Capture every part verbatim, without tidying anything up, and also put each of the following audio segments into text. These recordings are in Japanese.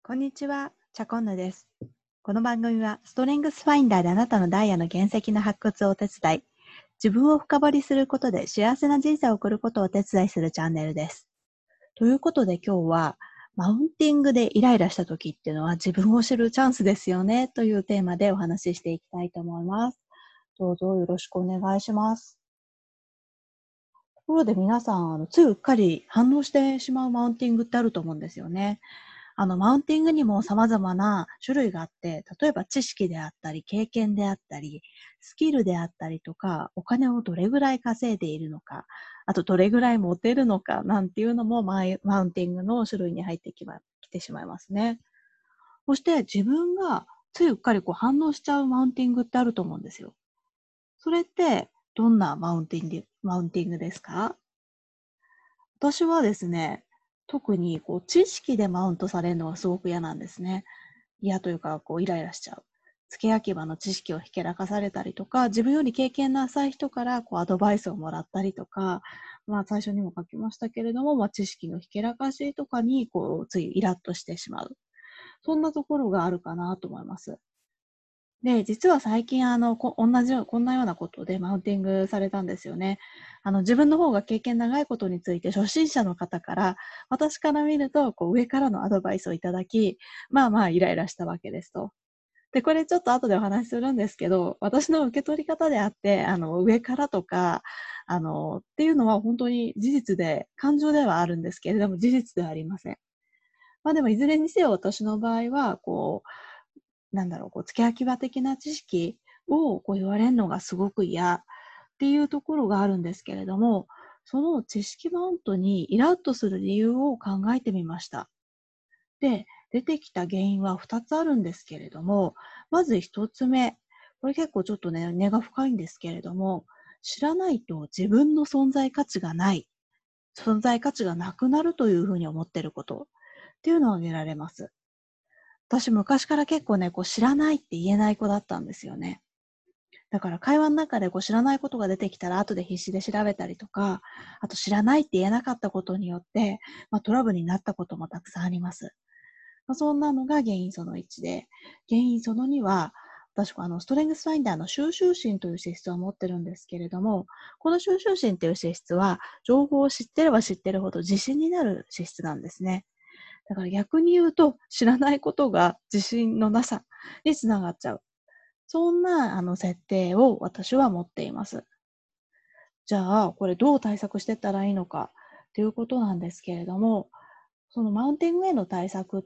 こんにちは、チャコンヌです。この番組はストレングスファインダーであなたのダイヤの原石の発掘をお手伝い、自分を深掘りすることで幸せな人生を送ることをお手伝いするチャンネルです。ということで今日は、マウンティングでイライラした時っていうのは自分を知るチャンスですよねというテーマでお話ししていきたいと思います。どうぞよろしくお願いします。ところで皆さん、あのついうっかり反応してしまうマウンティングってあると思うんですよね。あの、マウンティングにも様々な種類があって、例えば知識であったり、経験であったり、スキルであったりとか、お金をどれぐらい稼いでいるのか、あとどれぐらい持てるのかなんていうのもマイマウンティングの種類に入ってきま、きてしまいますね。そして自分がついうっかりこう反応しちゃうマウンティングってあると思うんですよ。それってどんなマウンティング、マウンティングですか？私はですね、特にこう知識でマウントされるのはすごく嫌なんですね。嫌というか、こう、イライラしちゃう。付け焼き場の知識をひけらかされたりとか、自分より経験の浅い人から、こう、アドバイスをもらったりとか、まあ、最初にも書きましたけれども、まあ、知識のひけらかしとかに、こう、ついイラッとしてしまう。そんなところがあるかなと思います。で、実は最近、あの、こ同じよう、こんなようなことでマウンティングされたんですよね。あの、自分の方が経験長いことについて初心者の方から、私から見ると、こう、上からのアドバイスをいただき、まあまあ、イライラしたわけですと。で、これちょっと後でお話しするんですけど、私の受け取り方であって、あの、上からとか、あの、っていうのは本当に事実で、感情ではあるんですけれども、事実ではありません。まあでも、いずれにせよ私の場合は、こう、なんだろう、こう、付け焼き場的な知識をこう言われるのがすごく嫌っていうところがあるんですけれども、その知識マウントにイラッとする理由を考えてみました。で、出てきた原因はふたつあるんですけれども、まずひとつめ、これ結構ちょっとね、根が深いんですけれども、知らないと自分の存在価値がない、存在価値がなくなるというふうに思っていることっていうのを挙げられます。私昔から結構ね、こう知らないって言えない子だったんですよね。だから会話の中でこう知らないことが出てきたら後で必死で調べたりとか、あと知らないって言えなかったことによって、まあ、トラブルになったこともたくさんあります。まあ、そんなのが原因そのいちで、原因そのには、私はあのストレングスファインダーの収集心という資質を持ってるんですけれども、この収集心という資質は、情報を知ってれば知ってるほど自信になる資質なんですね。だから逆に言うと、知らないことが自信のなさにつながっちゃう。そんなあの設定を私は持っています。じゃあ、これどう対策していったらいいのかということなんですけれども、そのマウンティングへの対策って、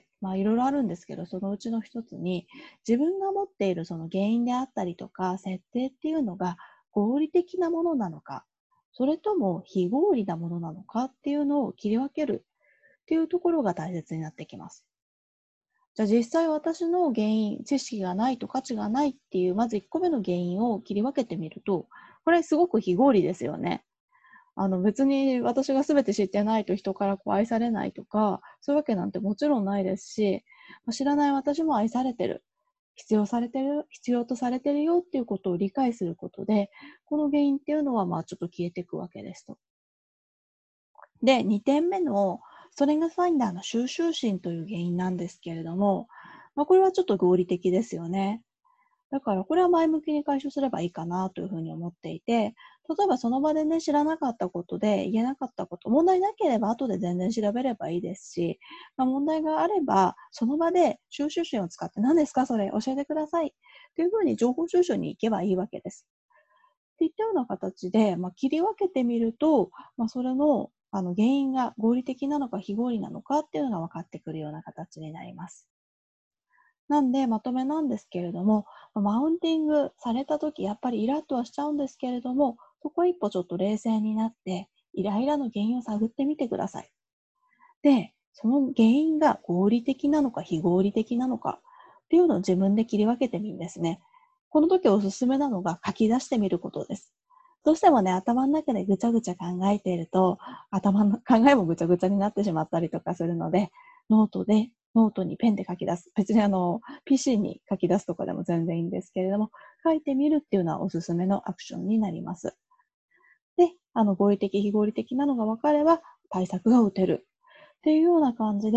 まあいろいろあるんですけど、そのうちの一つに、自分が持っているその原因であったりとか、設定っていうのが合理的なものなのか、それとも非合理なものなのかっていうのを切り分けるっていうところが大切になってきます。じゃあ実際私の原因、知識がないと価値がないっていう、まずいっこめの原因を切り分けてみると、これすごく非合理ですよね。あの別に私が全て知ってないと人からこう愛されないとか、そういうわけなんてもちろんないですし、知らない私も愛されてる。必要されてる、必要とされてるよっていうことを理解することで、この原因っていうのはまあちょっと消えていくわけですと。で、にてんめのストレングスファインダーの収集心という原因なんですけれども、まあ、これはちょっと合理的ですよね。だからこれは前向きに解消すればいいかなというふうに思っていて、例えばその場でね、知らなかったことで言えなかったこと、問題なければ後で全然調べればいいですし、まあ、問題があれば、その場で収集心を使って何ですかそれ教えてくださいというふうに情報収集に行けばいいわけです。っていったような形で、まあ、切り分けてみると、まあ、それのあの原因が合理的なのか非合理なのかっていうのが分かってくるような形になります。なんで、まとめなんですけれども、マウンティングされたとき、やっぱりイラッとはしちゃうんですけれども、そこ一歩ちょっと冷静になって、イライラの原因を探ってみてください。で、その原因が合理的なのか非合理的なのかっていうのを自分で切り分けてみるんですね。この時おすすめなのが書き出してみることです。どうしてもね、頭の中でぐちゃぐちゃ考えていると、頭の考えもぐちゃぐちゃになってしまったりとかするので、ノートで、ノートにペンで書き出す。別にあの、ピーシー に書き出すとかでも全然いいんですけれども、書いてみるっていうのはおすすめのアクションになります。で、あの、合理的、非合理的なのが分かれば対策が打てる。っていうような感じで、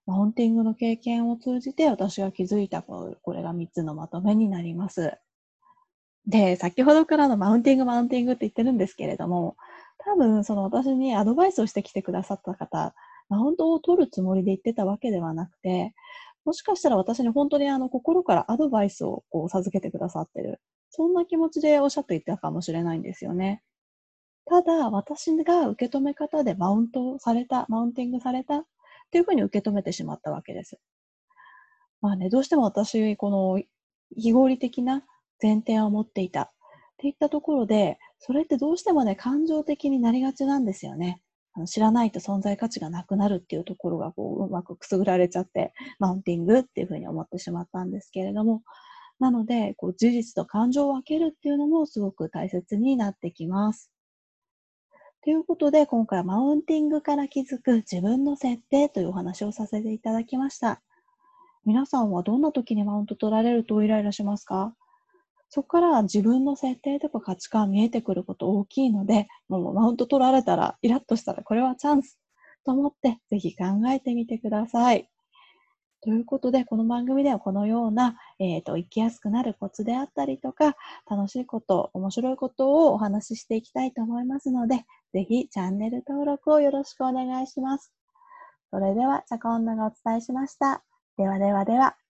マウンティングの経験を通じて私が気づいたこれがみっつのまとめになります。で、先ほどからのマウンティング、マウンティングって言ってるんですけれども、多分その私にアドバイスをしてきてくださった方、マウントを取るつもりで言ってたわけではなくて、もしかしたら私に本当にあの心からアドバイスをこう授けてくださってる。そんな気持ちでおっしゃっていたかもしれないんですよね。ただ、私が受け止め方でマウントされた、マウンティングされたっていうふうに受け止めてしまったわけです。まあね、どうしても私、この非合理的な前提を持っていたっていったところで、それってどうしてもね、感情的になりがちなんですよね。あの知らないと存在価値がなくなるっていうところがこううまくくすぐられちゃって、マウンティングっていうふうに思ってしまったんですけれども、なので、こう事実と感情を分けるっていうのもすごく大切になってきます。ということで、今回はマウンティングから気づく自分の設定というお話をさせていただきました。皆さんはどんな時にマウント取られるとイライラしますか？そこから自分の設定とか価値観見えてくること大きいので、もうマウント取られたら、イラッとしたらこれはチャンスと思って、ぜひ考えてみてください。ということで、この番組ではこのような、えっと、生きやすくなるコツであったりとか、楽しいこと、面白いことをお話ししていきたいと思いますので、ぜひチャンネル登録をよろしくお願いします。それでは、チャコンヌがお伝えしました。ではではでは。